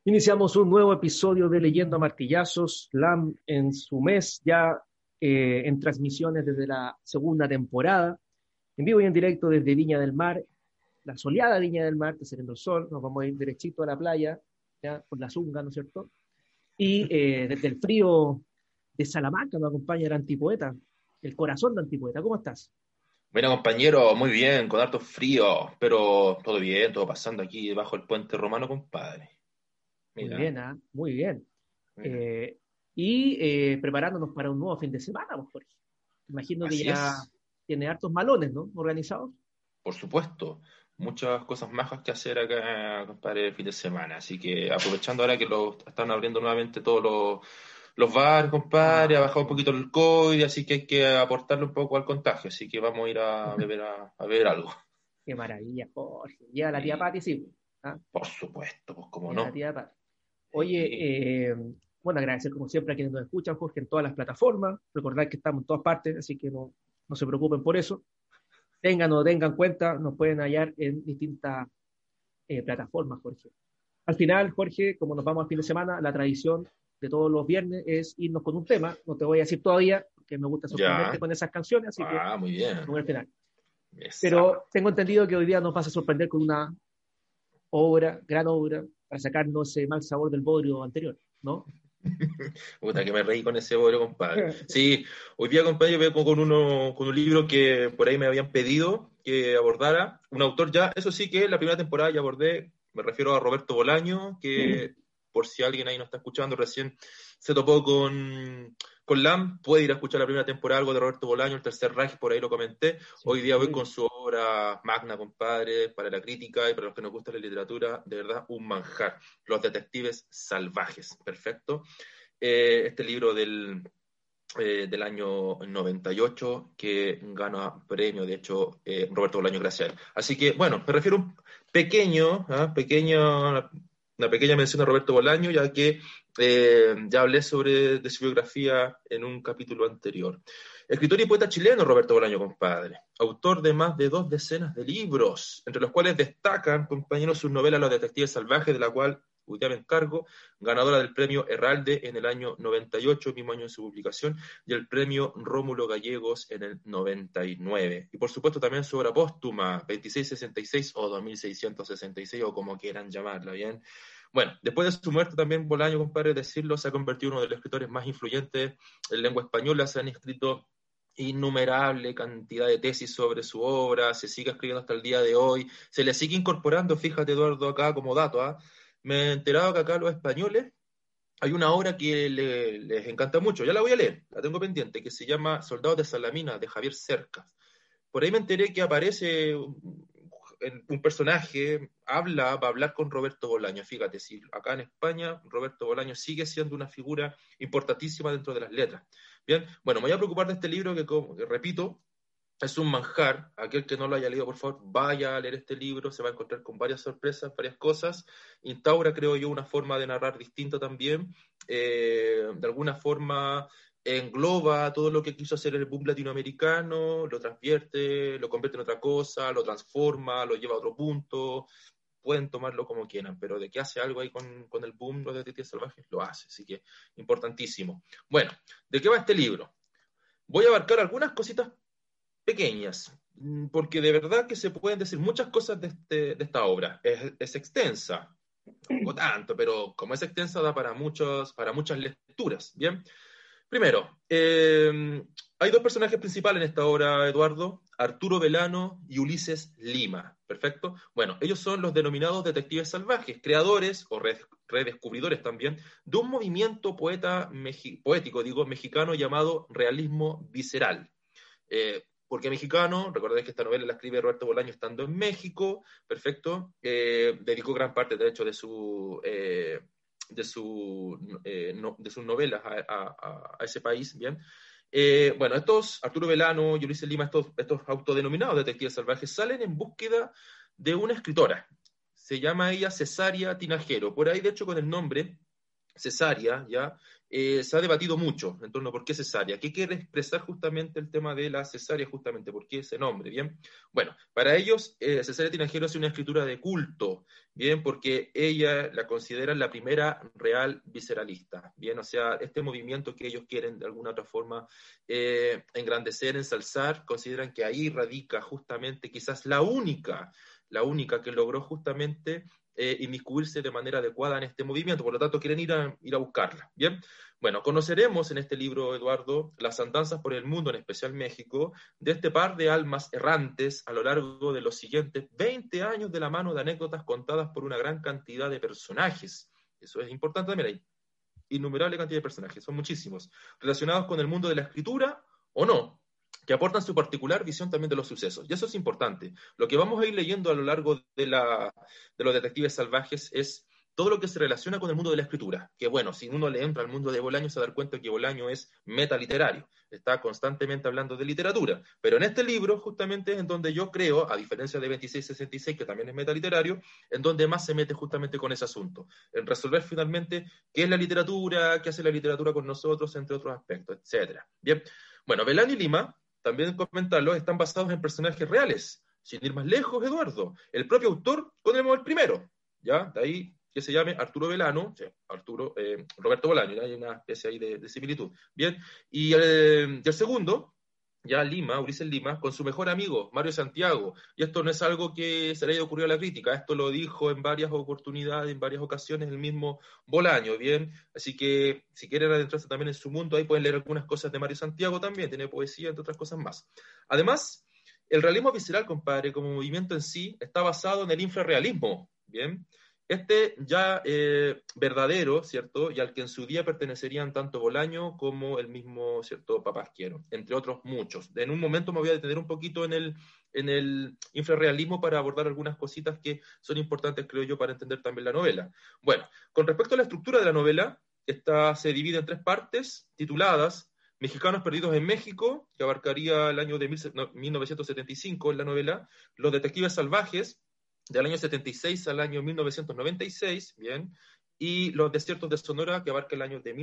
Iniciamos un nuevo episodio de Leyendo a Martillazos, LAM en su mes, ya en transmisiones desde la segunda temporada, en vivo y en directo desde Viña del Mar, la soleada Viña del Mar, está saliendo el sol, nos vamos a ir derechito a la playa, ya con la zunga, ¿no es cierto? Y desde el frío de Salamanca nos acompaña el antipoeta, el corazón de antipoeta. ¿Cómo estás? Bueno, compañero, muy bien, con harto frío, pero todo bien, todo pasando aquí debajo del puente romano, compadre. Muy Mira, bien, ¿ah? Muy bien. mira. Eh, Preparándonos para un nuevo fin de semana, pues, Jorge. Imagino que Así ya es, tiene hartos malones, ¿no? Organizados. por supuesto. Muchas cosas majas que hacer acá, compadre, el fin de semana. Así que aprovechando ahora que lo están abriendo nuevamente todos los bares, compadre, ha Ah, bajado un poquito el COVID, así que hay que aportarle un poco al contagio. Así que vamos a ir a beber, a beber algo. qué maravilla, Jorge. Ya la tía Y Pati, sí, pues. ¿Ah? por supuesto, pues cómo Ya la no. tía Pati. Y Oye, bueno, agradecer como siempre a quienes nos escuchan, Jorge, en todas las plataformas. Recordar que estamos en todas partes, así que no se preocupen por eso. Tengan o no tengan cuenta, nos pueden hallar en distintas plataformas, Jorge. Al final, Jorge, como nos vamos al fin de semana, la tradición de todos los viernes es irnos con un tema. No te voy a decir todavía, porque me gusta sorprenderte ya, con esas canciones, así que muy bien. no voy al final. Esa. Pero tengo entendido que hoy día nos vas a sorprender con una obra, gran obra, para sacarnos ese mal sabor del bodrio anterior, ¿no? Puta, que me reí con ese pobre compadre. Sí, hoy día, compadre, yo vengo con un libro que por ahí me habían pedido que abordara. Un autor ya, eso sí que la primera temporada ya abordé, me refiero a Roberto Bolaño, que por si alguien ahí no está escuchando, recién se topó con LAM, puede ir a escuchar la primera temporada, algo de Roberto Bolaño, el Tercer Reich, por ahí lo comenté. Hoy día voy con Sí. su obra magna, compadre, para la crítica y para los que nos gusta la literatura, de verdad, un manjar. Los detectives salvajes, perfecto. Este libro del año 98 que gana premio, de hecho, Roberto Bolaño gracias a él. Así que, bueno, me refiero a un una pequeña mención a Roberto Bolaño, ya que ya hablé de su biografía en un capítulo anterior. Escritor y poeta chileno, Roberto Bolaño, compadre. Autor de más de 2 decenas de libros, entre los cuales destacan, compañeros, sus novelas Los Detectives Salvajes, de la cual hoy día me encargo, ganadora del premio Herralde en el año 98, mismo año de su publicación, y el premio Rómulo Gallegos en el 99. Y por supuesto también su obra póstuma, 2666 o 2666, o como quieran llamarla, ¿bien? Bueno, después de su muerte también Bolaño, compadre, decirlo, se ha convertido en uno de los escritores más influyentes en lengua española. Se han escrito innumerable cantidad de tesis sobre su obra, se sigue escribiendo hasta el día de hoy, se le sigue incorporando, fíjate Eduardo, acá como dato, ¿ah? Me he enterado que acá los españoles hay una obra que les encanta mucho, ya la voy a leer, la tengo pendiente, que se llama Soldados de Salamina, de Javier Cercas. Por ahí me enteré que aparece un personaje, va a hablar con Roberto Bolaño. Fíjate, si acá en España Roberto Bolaño sigue siendo una figura importantísima dentro de las letras. Bien, bueno, me voy a preocupar de este libro que repito, es un manjar. Aquel que no lo haya leído, por favor, vaya a leer este libro, se va a encontrar con varias sorpresas, varias cosas. Instaura, creo yo, una forma de narrar distinta también. De alguna forma engloba todo lo que quiso hacer el boom latinoamericano, lo transvierte, lo convierte en otra cosa, lo transforma, lo lleva a otro punto. Pueden tomarlo como quieran, pero de que hace algo ahí con el boom, los detectives salvajes, lo hace. Así que, importantísimo. Bueno, ¿de qué va este libro? Voy a abarcar algunas cositas pequeñas, porque de verdad que se pueden decir muchas cosas de esta obra. Es extensa, tampoco tanto, pero como es extensa da para muchas lecturas. Bien, primero, hay dos personajes principales en esta obra, Eduardo, Arturo Velano y Ulises Lima. Perfecto. Bueno, ellos son los denominados detectives salvajes, creadores o redescubridores también de un movimiento poético, digo, mexicano llamado realismo visceral. Porque mexicano, recordad que esta novela la escribe Roberto Bolaño estando en México, perfecto, dedicó gran parte, de hecho, de sus novelas a ese país, ¿bien? Bueno, Arturo Velano y Ulises Lima, estos autodenominados detectives salvajes, salen en búsqueda de una escritora. Se llama ella Cesaria Tinajero. Por ahí, de hecho, con el nombre cesárea, ¿ya? Se ha debatido mucho en torno a por qué cesárea. ¿Qué quiere expresar justamente el tema de la cesárea, justamente? ¿Por qué ese nombre? Bien, bueno, para ellos, Cesárea Tinajero es una escritura de culto, bien, porque ella la consideran la primera real visceralista, bien, o sea, este movimiento que ellos quieren de alguna otra forma engrandecer, ensalzar, consideran que ahí radica justamente quizás la única que logró justamente inmiscuirse de manera adecuada en este movimiento, por lo tanto quieren ir a buscarla. Bien, bueno, conoceremos en este libro, Eduardo, las andanzas por el mundo, en especial México, de este par de almas errantes a lo largo de los siguientes 20 años de la mano de anécdotas contadas por una gran cantidad de personajes. Eso es importante también, hay innumerable cantidad de personajes, son muchísimos, relacionados con el mundo de la escritura o no, que aportan su particular visión también de los sucesos. Y eso es importante. Lo que vamos a ir leyendo a lo largo de los detectives salvajes es todo lo que se relaciona con el mundo de la escritura. Que bueno, si uno le entra al mundo de Bolaño, se da cuenta que Bolaño es metaliterario. Está constantemente hablando de literatura. Pero en este libro, justamente, es en donde yo creo, a diferencia de 2666, que también es metaliterario, en donde más se mete justamente con ese asunto. En resolver finalmente qué es la literatura, qué hace la literatura con nosotros, entre otros aspectos, etc. Bien. Bueno, Belaño y Lima, también comentarlo, están basados en personajes reales. Sin ir más lejos, Eduardo, el propio autor ponemos el primero, ¿ya? De ahí que se llame Arturo Belano, sí, Roberto Bolaño, ¿ya? Hay una especie ahí de similitud. Bien, y el segundo, ya Lima, Ulises Lima, con su mejor amigo, Mario Santiago. Y esto no es algo que se le haya ocurrido a la crítica, esto lo dijo en varias oportunidades, en varias ocasiones el mismo Bolaño, ¿bien? Así que si quieren adentrarse también en su mundo, ahí pueden leer algunas cosas de Mario Santiago también, tiene poesía, entre otras cosas más. Además, el realismo visceral, compadre, como movimiento en sí, está basado en el infrarrealismo, ¿bien? Este ya verdadero, ¿cierto? Y al que en su día pertenecerían tanto Bolaño como el mismo, ¿cierto? Papasquiero, entre otros muchos. En un momento me voy a detener un poquito en el infrarrealismo para abordar algunas cositas que son importantes, creo yo, para entender también la novela. Bueno, con respecto a la estructura de la novela, esta se divide en 3 partes tituladas Mexicanos perdidos en México, que abarcaría el año de 1975 en la novela, Los detectives salvajes, del año 76 al año 1996, bien, y Los desiertos de Sonora, que abarca el año de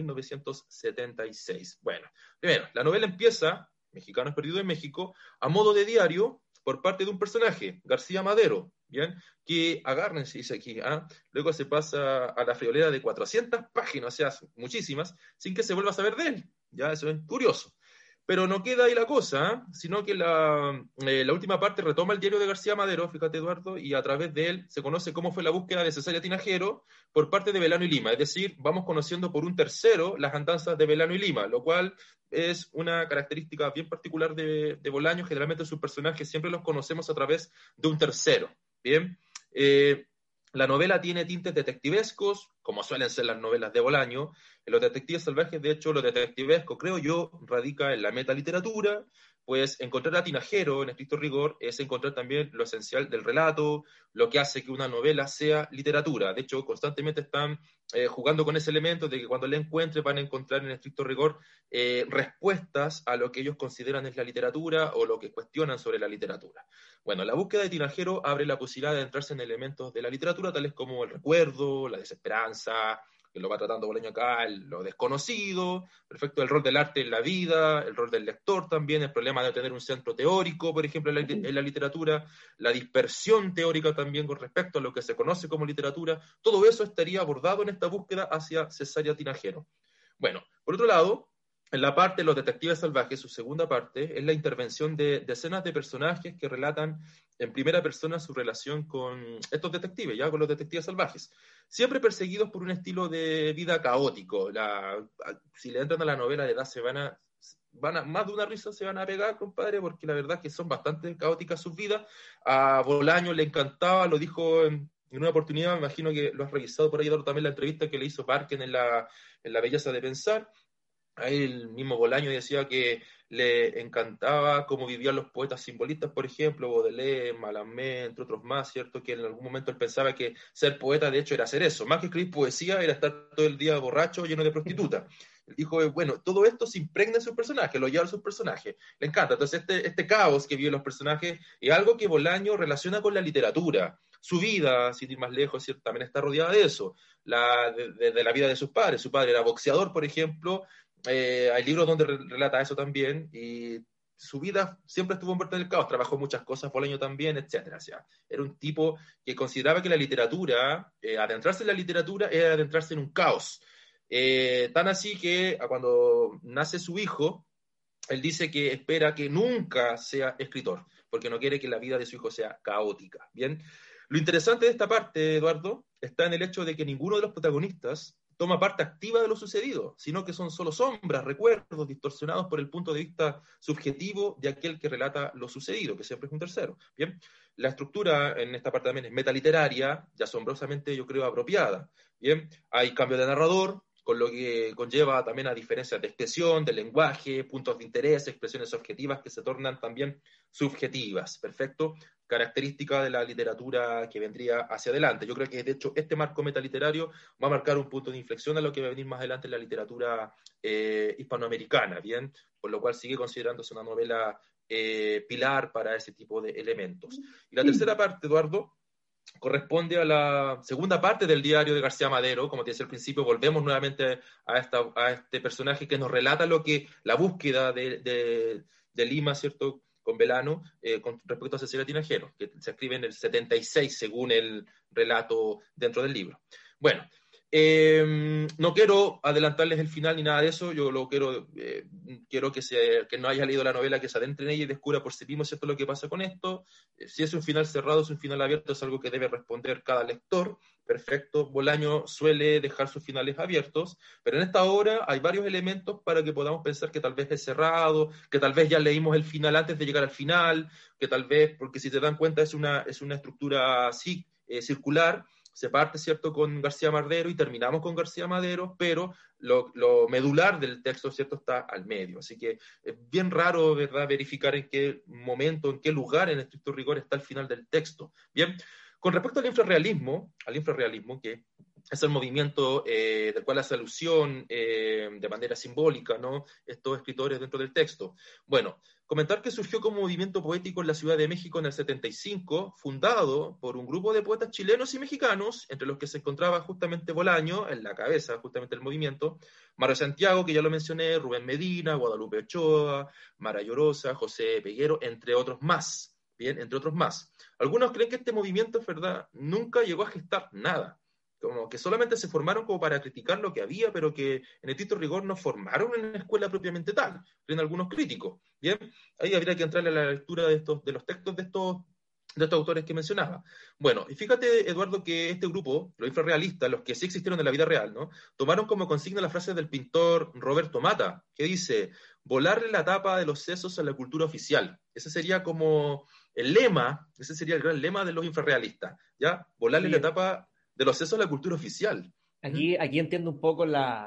1976. Bueno, primero, la novela empieza, Mexicanos perdidos en México, a modo de diario por parte de un personaje, García Madero, bien, que agárrense, dice aquí, luego se pasa a la friolera de 400 páginas, o sea, muchísimas, sin que se vuelva a saber de él, ya, eso es curioso. Pero no queda ahí la cosa, sino que la última parte retoma el diario de García Madero, fíjate Eduardo, y a través de él se conoce cómo fue la búsqueda de Cesárea Tinajero por parte de Belano y Lima, es decir, vamos conociendo por un tercero las andanzas de Belano y Lima, lo cual es una característica bien particular de Bolaño. Generalmente sus personajes siempre los conocemos a través de un tercero, ¿bien? La novela tiene tintes detectivescos, como suelen ser las novelas de Bolaño. En Los detectives salvajes, de hecho, lo detectivesco, creo yo, radica en la metaliteratura, pues encontrar a Tinajero, en estricto rigor, es encontrar también lo esencial del relato, lo que hace que una novela sea literatura. De hecho, constantemente están jugando con ese elemento de que cuando la encuentren van a encontrar en estricto rigor respuestas a lo que ellos consideran es la literatura o lo que cuestionan sobre la literatura. Bueno, la búsqueda de Tinajero abre la posibilidad de adentrarse en elementos de la literatura, tales como el recuerdo, la desesperanza, que lo va tratando Bolaño acá, lo desconocido, perfecto, el rol del arte en la vida, el rol del lector también, el problema de tener un centro teórico, por ejemplo, en la literatura, la dispersión teórica también con respecto a lo que se conoce como literatura, todo eso estaría abordado en esta búsqueda hacia Cesárea Tinajero. Bueno, por otro lado, en la parte de Los detectives salvajes, su segunda parte, es la intervención de decenas de personajes que relatan en primera persona su relación con estos detectives, ya con los detectives salvajes, siempre perseguidos por un estilo de vida caótico. Si le entran a la novela de edad, más de una risa se van a pegar, compadre, porque la verdad es que son bastante caóticas sus vidas. A Bolaño le encantaba, lo dijo en una oportunidad, me imagino que lo has revisado por ahí, Eduardo, también la entrevista que le hizo Parken en la Belleza de Pensar. Ahí el mismo Bolaño decía que le encantaba cómo vivían los poetas simbolistas, por ejemplo, Baudelaire, Mallarmé, entre otros más, ¿cierto? Que en algún momento él pensaba que ser poeta, de hecho, era hacer eso. Más que escribir poesía, era estar todo el día borracho, lleno de prostitutas. Él dijo, bueno, todo esto se impregna en sus personajes, lo lleva a sus personajes. Le encanta. Entonces, este caos que viven los personajes es algo que Bolaño relaciona con la literatura. Su vida, sin ir más lejos, ¿cierto?, también está rodeada de eso, de la vida de sus padres. Su padre era boxeador, por ejemplo, hay libros donde relata eso también, y su vida siempre estuvo envuelta en el caos, trabajó muchas cosas, Bolaño también, etcétera. O sea, era un tipo que consideraba que la literatura, adentrarse en la literatura era adentrarse en un caos. Tan así que cuando nace su hijo, él dice que espera que nunca sea escritor, porque no quiere que la vida de su hijo sea caótica. Bien, lo interesante de esta parte, Eduardo, está en el hecho de que ninguno de los protagonistas toma parte activa de lo sucedido, sino que son solo sombras, recuerdos distorsionados por el punto de vista subjetivo de aquel que relata lo sucedido, que siempre es un tercero. Bien, la estructura en esta parte también es metaliteraria y asombrosamente, yo creo, apropiada. Bien, hay cambio de narrador, con lo que conlleva también a diferencias de expresión, de lenguaje, puntos de interés, expresiones objetivas que se tornan también subjetivas. Perfecto, característica de la literatura que vendría hacia adelante. Yo creo que, de hecho, este marco metaliterario va a marcar un punto de inflexión a lo que va a venir más adelante en la literatura hispanoamericana, ¿bien? Por lo cual sigue considerándose una novela pilar para ese tipo de elementos. Y la tercera parte, Eduardo, corresponde a la segunda parte del diario de García Madero. Como te decía al principio, volvemos nuevamente a este personaje que nos relata la búsqueda de Lima, ¿cierto?, con Belano, con respecto a Cecilia Tinajero, que se escribe en el 76, según el relato dentro del libro. Bueno, no quiero adelantarles el final ni nada de eso. Yo quiero que no haya leído la novela, que se adentre en ella y descubra por sí mismo, ¿cierto?, lo que pasa con esto. Si es un final cerrado, es un final abierto, es algo que debe responder cada lector. Perfecto, Bolaño suele dejar sus finales abiertos, pero en esta obra hay varios elementos para que podamos pensar que tal vez es cerrado, que tal vez ya leímos el final antes de llegar al final, que tal vez, porque si te dan cuenta es una estructura así, circular. Se parte, ¿cierto?, con García Madero y terminamos con García Madero, pero lo medular del texto, ¿cierto?, está al medio. Así que es bien raro, ¿verdad?, verificar en qué momento, en qué lugar, en estricto rigor, está el final del texto. Bien, con respecto al infrarrealismo, que es el movimiento del cual hace alusión de manera simbólica, ¿no?, estos escritores dentro del texto. Bueno, comentar que surgió como movimiento poético en la Ciudad de México en el 75, fundado por un grupo de poetas chilenos y mexicanos, entre los que se encontraba justamente Bolaño, en la cabeza justamente del movimiento, Mario Santiago, que ya lo mencioné, Rubén Medina, Guadalupe Ochoa, Mara Llorosa, José Peguero, entre otros más. Bien, entre otros más. Algunos creen que este movimiento, es verdad, nunca llegó a gestar nada, como que solamente se formaron como para criticar lo que había, pero que en estricto rigor no formaron en la escuela propiamente tal, creen algunos críticos. Bien, ahí habría que entrarle a la lectura de los textos de estos autores que mencionaba. Bueno, y fíjate, Eduardo, que este grupo, los infrarrealistas, los que sí existieron en la vida real, ¿no?, tomaron como consigna la frase del pintor Roberto Mata, que dice: volarle la tapa de los sesos a la cultura oficial. Ese sería como el lema, ese sería el gran lema de los infrarrealistas, ¿ya? Volarle Sí, la tapa de los sesos a la cultura oficial. aquí entiendo un poco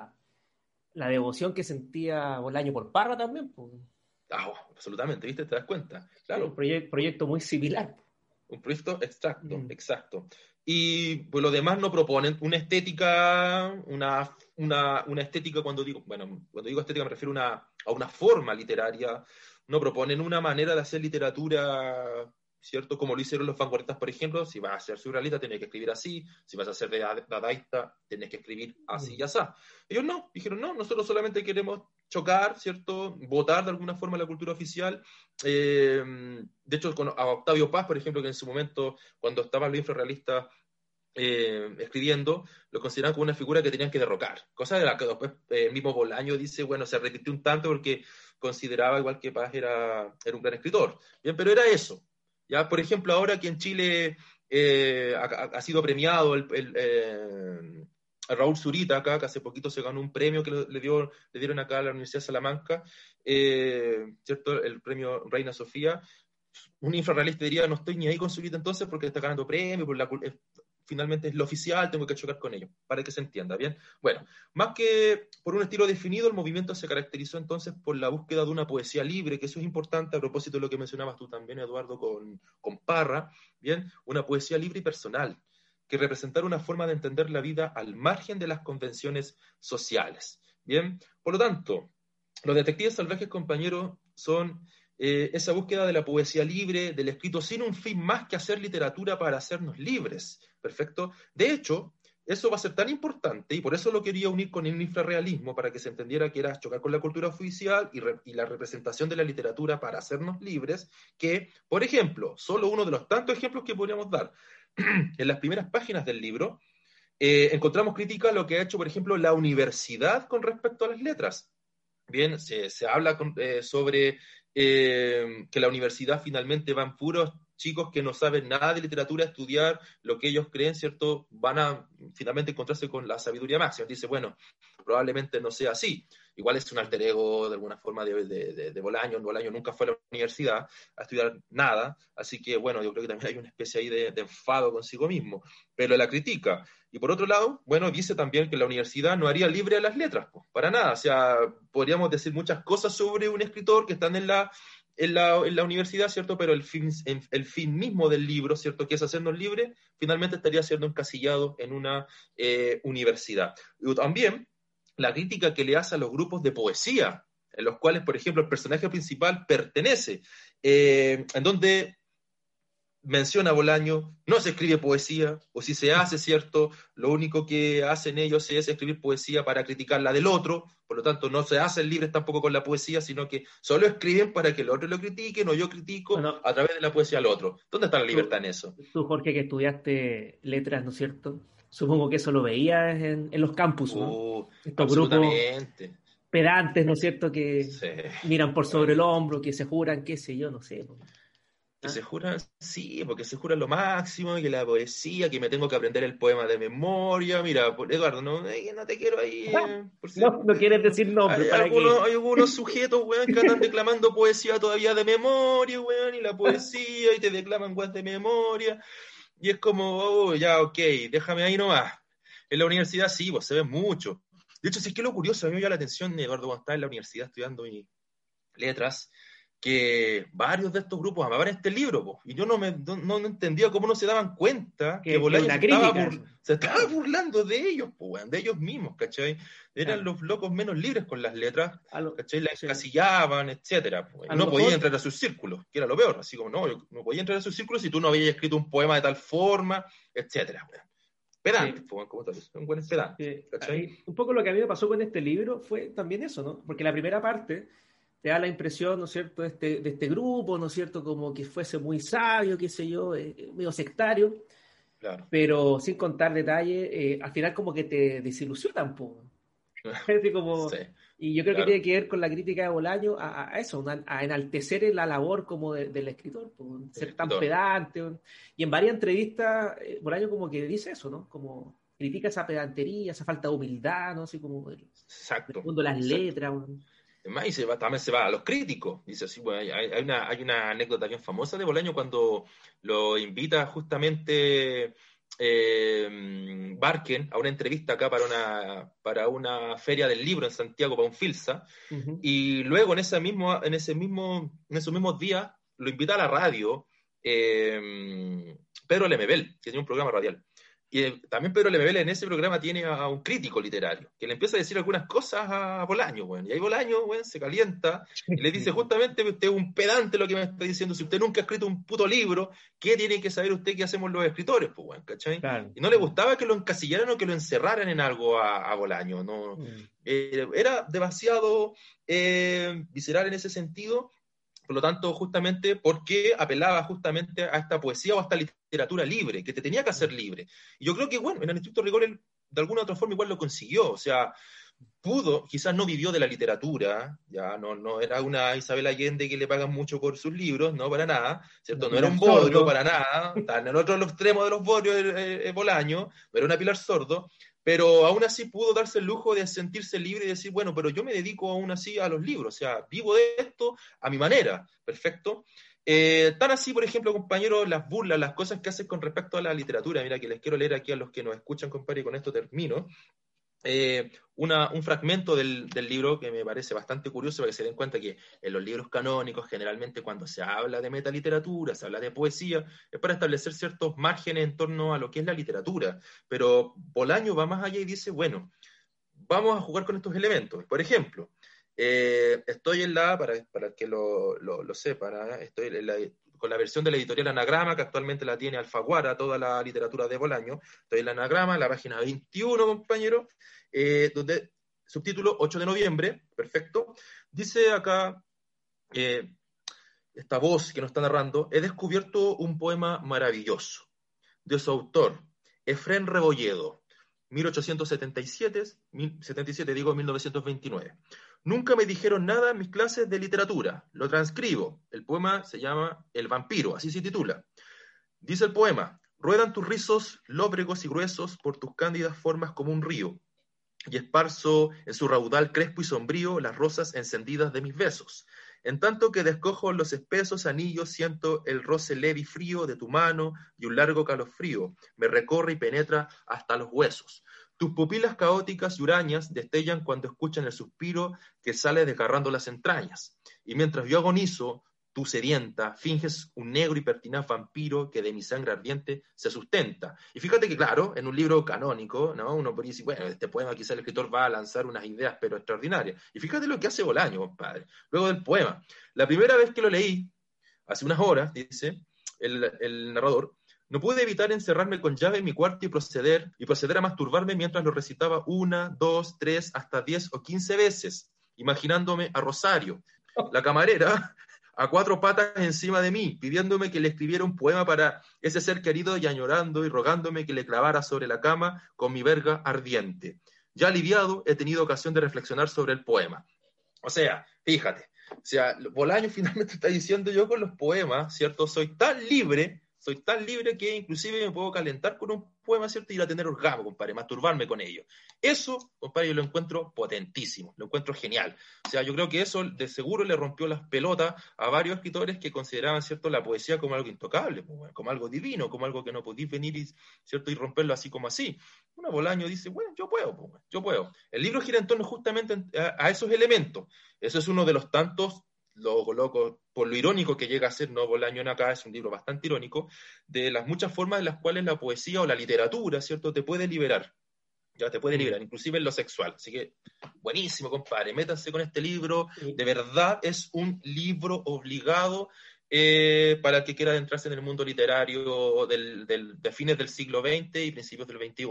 la devoción que sentía Bolaño por Parra también, pues. Absolutamente, ¿viste? ¿Te das cuenta? Sí, un Claro. proyecto muy similar. Un proyecto extracto, Mm. exacto. Y pues lo demás no proponen una estética, una estética cuando digo estética me refiero a una forma literaria, no proponen una manera de hacer literatura, ¿cierto? Como lo hicieron los vanguardistas, por ejemplo. Si vas a ser surrealista, tienes que escribir así; si vas a ser dadaísta, tienes que escribir así y así. Ellos no, dijeron: no, nosotros solamente queremos chocar, ¿cierto?, votar de alguna forma la cultura oficial. De hecho, a Octavio Paz, por ejemplo, que en su momento, cuando estaban los infrarrealistas escribiendo, lo consideraban como una figura que tenían que derrocar, cosa de la que después mismo Bolaño dice, bueno, se repitió un tanto porque consideraba igual que Paz era un gran escritor. Bien, pero era eso. Ya, por ejemplo, ahora que en Chile ha sido premiado Raúl Zurita acá, que hace poquito se ganó un premio que le dieron acá a la Universidad de Salamanca, ¿cierto?, el premio Reina Sofía. Un infrarrealista diría: no estoy ni ahí con Zurita entonces, porque está ganando premio, finalmente es lo oficial, tengo que chocar con ello, para que se entienda, ¿bien? Bueno, más que por un estilo definido, el movimiento se caracterizó entonces por la búsqueda de una poesía libre, que eso es importante a propósito de lo que mencionabas tú también, Eduardo, con Parra, ¿bien? Una poesía libre y personal, que representara una forma de entender la vida al margen de las convenciones sociales, ¿bien? Por lo tanto, los detectives salvajes, compañeros, son esa búsqueda de la poesía libre, del escrito sin un fin más que hacer literatura para hacernos libres, ¿perfecto? De hecho, eso va a ser tan importante, y por eso lo quería unir con el infrarrealismo, para que se entendiera que era chocar con la cultura oficial y la representación de la literatura para hacernos libres, que, por ejemplo, solo uno de los tantos ejemplos que podríamos dar, en las primeras páginas del libro, encontramos crítica a lo que ha hecho, por ejemplo, la universidad con respecto a las letras. Bien, se habla sobre que la universidad finalmente van puros chicos que no saben nada de literatura a estudiar lo que ellos creen, ¿cierto? Van a finalmente encontrarse con la sabiduría máxima. Dice, bueno, probablemente no sea así. Igual es un alter ego de alguna forma de Bolaño. Bolaño nunca fue a la universidad a estudiar nada, así que bueno, yo creo que también hay una especie ahí de enfado consigo mismo, pero la critica. Y por otro lado, bueno, dice también que la universidad no haría libre a las letras, pues, para nada. O sea, podríamos decir muchas cosas sobre un escritor que están en la universidad, ¿cierto? Pero el fin mismo del libro, ¿cierto? Que es hacernos libres, finalmente estaría siendo encasillado en una universidad. Y también la crítica que le hace a los grupos de poesía, en los cuales, por ejemplo, el personaje principal pertenece, en donde menciona Bolaño, no se escribe poesía, o si se hace, ¿cierto? Lo único que hacen ellos es escribir poesía para criticar la del otro, por lo tanto no se hacen libres tampoco con la poesía, sino que solo escriben para que el otro lo critiquen, o yo critico Bueno, a través de la poesía al otro. ¿Dónde está la libertad en eso? tú, Jorge, que estudiaste letras, ¿no es cierto? Supongo que eso lo veías en los campus, ¿no? Estos grupos Absolutamente. pedantes, ¿no es cierto? Que Sí, miran por sobre el bueno. hombro, que se juran, qué sé yo, no sé. Que ¿Ah? se juran, sí, porque se juran lo máximo, y que la poesía, que me tengo que aprender el poema de memoria. Mira, Eduardo, no, no te quiero ahí, por si No, no quieres decir nombre, ¿para qué? hay algunos sujetos, weón, que andan declamando poesía todavía de memoria, weón, y la poesía, y te declaman weón de memoria, y es como, oh, ya, ok, déjame ahí nomás. En la universidad sí, pues se ve mucho. De hecho, sí es que lo curioso, a mí me llama la atención, Eduardo, cuando estaba en la universidad estudiando letras, que varios de estos grupos amaban este libro, po, y yo no entendía cómo no se daban cuenta que Que es Bolaño una crítica eso. se estaba Claro. burlando de ellos, po, weón, de ellos mismos, ¿cachai? Eran Claro. los locos menos libres con las letras, A lo, ¿cachai? La sí. encasillaban, etcétera, po, y A lo no podía mejor, entrar a sus círculos, que era lo peor, así como, no, yo no podía entrar a sus círculos si tú no habías escrito un poema de tal forma, etcétera, weón. Pedantes, sí. po, weón, como tal, son buenos pedantes, ¿cachai? Un poco lo que a mí me pasó con este libro fue también eso, ¿no? Porque la primera parte te da la impresión, ¿no es cierto?, de este grupo, ¿no es cierto?, como que fuese muy sabio, qué sé yo, medio sectario, Claro. pero sin contar detalles, al final como que te desilusionan un poco. Así Sí, como, y yo creo que claro. tiene que ver con la crítica de Bolaño a eso, a enaltecer la labor como del escritor, pues, El ser tan escritor. pedante. Y en varias entrevistas, Bolaño como que dice eso, ¿no? Como critica esa pedantería, esa falta de humildad, ¿no? Así como del Exacto, mundo de las exacto. letras. Bueno. Además, también se va a los críticos. Dice así, bueno, hay una anécdota bien famosa de Bolaño cuando lo invita justamente Barken a una entrevista acá para una feria del libro en Santiago, para un Filsa, Ujú. y luego en esos mismos días lo invita a la radio Pedro Lemebel, que tiene un programa radial. Y también Pedro Lemebel en ese programa tiene a un crítico literario que le empieza a decir algunas cosas a Bolaño, bueno, y ahí Bolaño, bueno, se calienta y le dice justamente, usted es un pedante lo que me está diciendo, si usted nunca ha escrito un puto libro, ¿qué tiene que saber usted que hacemos los escritores? Pues, bueno, ¿cachai? Claro, Y no le claro. gustaba que lo encasillaran o que lo encerraran en algo a Bolaño, no, Mm. era demasiado visceral en ese sentido. Por lo tanto, justamente porque apelaba justamente a esta poesía o a esta literatura libre, que te tenía que hacer libre. Y yo creo que, bueno, en el estricto rigor él de alguna u otra forma igual lo consiguió. O sea, pudo, quizás no vivió de la literatura, ya no era una Isabel Allende que le pagan mucho por sus libros, no, para nada, Una ¿cierto? No era Pilar un bodrio, Sordo. para nada, está en el otro extremo de los bodrios Bolaño, no era una Pilar Sordo, pero aún así pudo darse el lujo de sentirse libre y decir, bueno, pero yo me dedico aún así a los libros, o sea, vivo de esto a mi manera, perfecto. Tan así, por ejemplo, compañeros, las burlas, las cosas que hacen con respecto a la literatura, mira que les quiero leer aquí a los que nos escuchan, compadre, y con esto termino. Un fragmento del libro que me parece bastante curioso para que se den cuenta que en los libros canónicos generalmente cuando se habla de metaliteratura, se habla de poesía, es para establecer ciertos márgenes en torno a lo que es la literatura, pero Bolaño va más allá y dice, bueno, vamos a jugar con estos elementos. Por ejemplo, Estoy para el que lo sepa, estoy con la versión de la editorial Anagrama, que actualmente la tiene Alfaguara, toda la literatura de Bolaño. Estoy en la Anagrama, en la página 21, compañero, donde subtítulo 8 de noviembre, perfecto. Dice acá, esta voz que nos está narrando: he descubierto un poema maravilloso de su autor, Efrén Rebolledo, 1929. Nunca me dijeron nada en mis clases de literatura. Lo transcribo. El poema se llama El vampiro, así se titula. Dice el poema: ruedan tus rizos lóbregos y gruesos por tus cándidas formas como un río, y esparzo en su raudal crespo y sombrío las rosas encendidas de mis besos. En tanto que descojo los espesos anillos, siento el roce leve y frío de tu mano, y un largo calofrío me recorre y penetra hasta los huesos. Tus pupilas caóticas y hurañas destellan cuando escuchan el suspiro que sale desgarrando las entrañas. Y mientras yo agonizo, tú sedienta, finges un negro y pertinaz vampiro que de mi sangre ardiente se sustenta. Y fíjate que, claro, en un libro canónico, ¿no?, uno podría decir, bueno, este poema quizá el escritor va a lanzar unas ideas pero extraordinarias. Y fíjate lo que hace Bolaño, compadre, luego del poema. La primera vez que lo leí, hace unas horas, dice el narrador, no pude evitar encerrarme con llave en mi cuarto y proceder a masturbarme mientras lo recitaba 1, 2, 3, hasta 10 o 15 veces, imaginándome a Rosario, la camarera, a 4 patas encima de mí, pidiéndome que le escribiera un poema para ese ser querido y añorando y rogándome que le clavara sobre la cama con mi verga ardiente. Ya aliviado, he tenido ocasión de reflexionar sobre el poema. O sea, fíjate, Bolaño finalmente está diciendo: yo con los poemas, ¿cierto? Soy tan libre que inclusive me puedo calentar con un poema, ¿cierto? Y ir a tener orgasmo, compadre, masturbarme con ello. Eso, compadre, yo lo encuentro potentísimo, lo encuentro genial. O sea, yo creo que eso de seguro le rompió las pelotas a varios escritores que consideraban, ¿cierto?, la poesía como algo intocable, como algo divino, como algo que no podís venir y, ¿cierto?, y romperlo así como así. Una Bolaño dice: bueno, yo puedo. El libro gira en torno justamente a esos elementos. Eso es uno de los tantos, por lo irónico que llega a ser, ¿no?, Bolaño en acá, es un libro bastante irónico, de las muchas formas en las cuales la poesía o la literatura, ¿cierto?, te puede liberar, inclusive en lo sexual. Así que, buenísimo, compadre, métanse con este libro, de verdad es un libro obligado para el que quiera adentrarse en el mundo literario de fines del siglo XX y principios del XXI.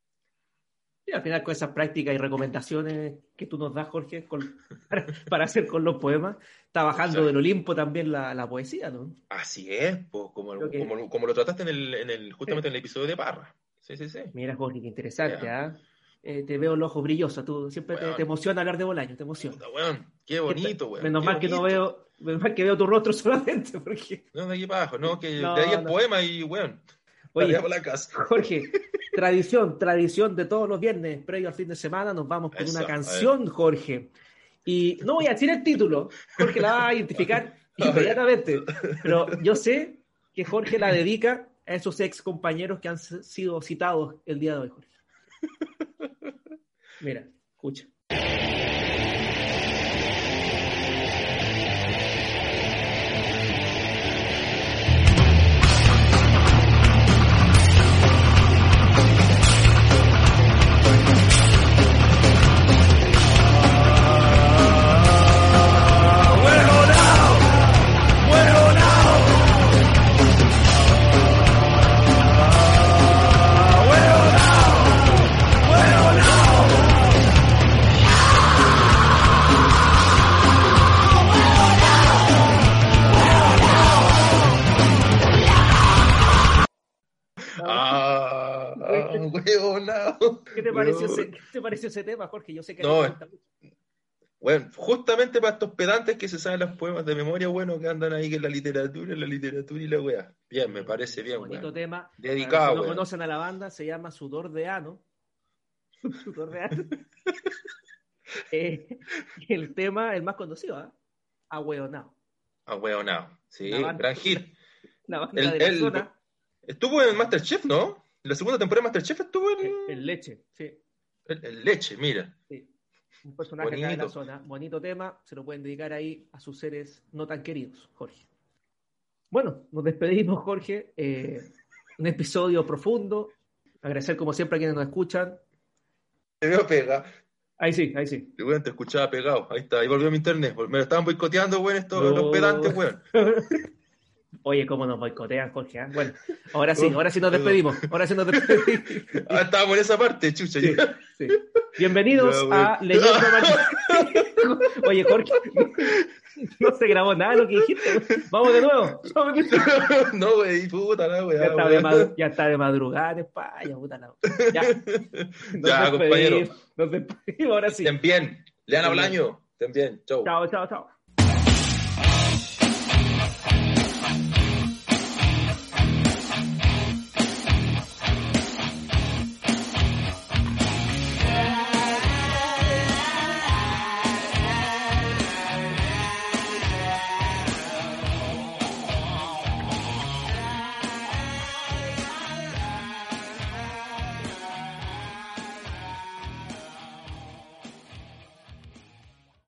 Y al final, con esas prácticas y recomendaciones que tú nos das, Jorge, para hacer con los poemas, está bajando del Olimpo también la poesía, ¿no? Así es, pues, como lo trataste justamente en el episodio de Parra. Sí. Mira, Jorge, qué interesante, ¿ah? Te veo los ojos brillosos, tú siempre te emociona hablar de Bolaño, te emociona. Puta, weón, qué bonito, weón. Menos mal que veo tu rostro solamente, porque... No, de aquí para abajo, no, que de ahí el poema y, weón, oye, por la casa. Jorge, tradición de todos los viernes, previo al fin de semana, nos vamos con una canción, Jorge. Y no voy a decir el título, Jorge la va a identificar inmediatamente, pero yo sé que Jorge la dedica a esos ex compañeros que han sido citados el día de hoy, Jorge. Mira, escucha. ¿Qué te pareció ese tema, Jorge? Yo sé que bueno, justamente para estos pedantes que se saben los poemas de memoria, bueno, que andan ahí en la literatura y la weá. Bien, me parece bien, bonito weón. Tema. Dedicado, si no conocen a la banda, se llama Sudor de Ano. Sudor de Ano. El tema, el más conocido, ¿eh? Ahueonao. Ahueonao, sí, gran hit. La banda de la zona. Estuvo en Masterchef, ¿no? En la segunda temporada de Masterchef estuvo en Leche, sí. El Leche, mira. Sí. Un personaje acá de la zona. Bonito tema, se lo pueden dedicar ahí a sus seres no tan queridos, Jorge. Bueno, nos despedimos, Jorge. Un episodio profundo. Agradecer como siempre a quienes nos escuchan. Te veo pega. Ahí sí, ahí sí. Y weón, te escuchaba pegado. Ahí está, ahí volvió mi internet. Me lo estaban boicoteando, weón, estos No. los pedantes, weón. Oye, cómo nos boicotean, Jorge. ¿Eh? Bueno, ahora sí nos despedimos. Ahora sí nos despedimos. Ah, estábamos en esa parte, chucha. Sí, sí. Bienvenidos a Leyendo Martillazos. Oye, Jorge, no se grabó nada de lo que dijiste. Vamos de nuevo. No, güey, puta la weá. Ya está de madrugada en España, puta la Ya, ya compañero. Nos despedimos, ahora sí. Estén bien. Lean a Bolaño. Estén bien. Chau. Chao, chao, chao.